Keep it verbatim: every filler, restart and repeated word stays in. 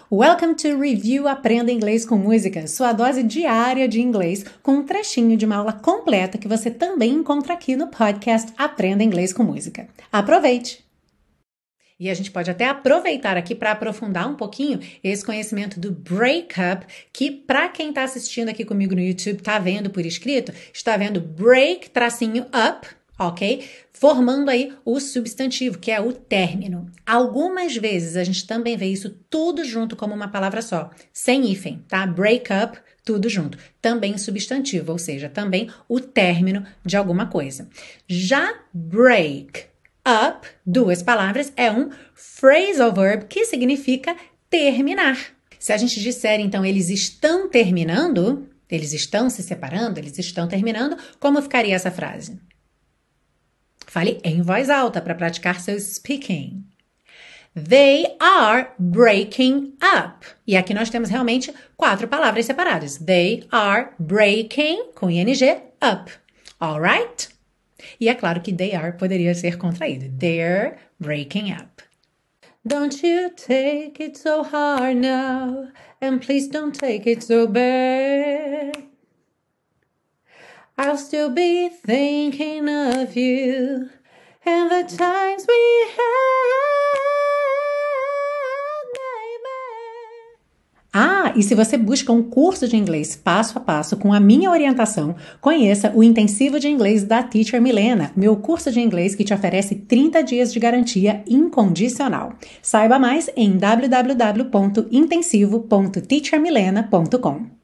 Welcome to Review Aprenda Inglês com Música, sua dose diária de inglês com um trechinho de uma aula completa que você também encontra aqui no podcast Aprenda Inglês com Música. Aproveite! E a gente pode até aproveitar aqui para aprofundar um pouquinho esse conhecimento do breakup, que para quem está assistindo aqui comigo no YouTube, está vendo por escrito, está vendo break, tracinho up, ok? Formando aí o substantivo, que é o término. Algumas vezes a gente também vê isso tudo junto como uma palavra só, sem hífen, tá? Break up, tudo junto. Também substantivo, ou seja, também o término de alguma coisa. Já break up, duas palavras, é um phrasal verb que significa terminar. Se a gente disser, então, eles estão terminando, eles estão se separando, eles estão terminando, como ficaria essa frase? Fale em voz alta para praticar seu speaking. They are breaking up. E aqui nós temos realmente quatro palavras separadas. They are breaking, com ing, up. Alright? E é claro que they are poderia ser contraído. They're breaking up. Don't you take it so hard now, and please don't take it so bad. I'll still be thinking of you and the times we had, baby. Ah, e se você busca um curso de inglês passo a passo com a minha orientação, conheça o Intensivo de Inglês da Teacher Milena, meu curso de inglês que te oferece trinta dias de garantia incondicional. Saiba mais em w w w ponto intensivo ponto teacher milena ponto com.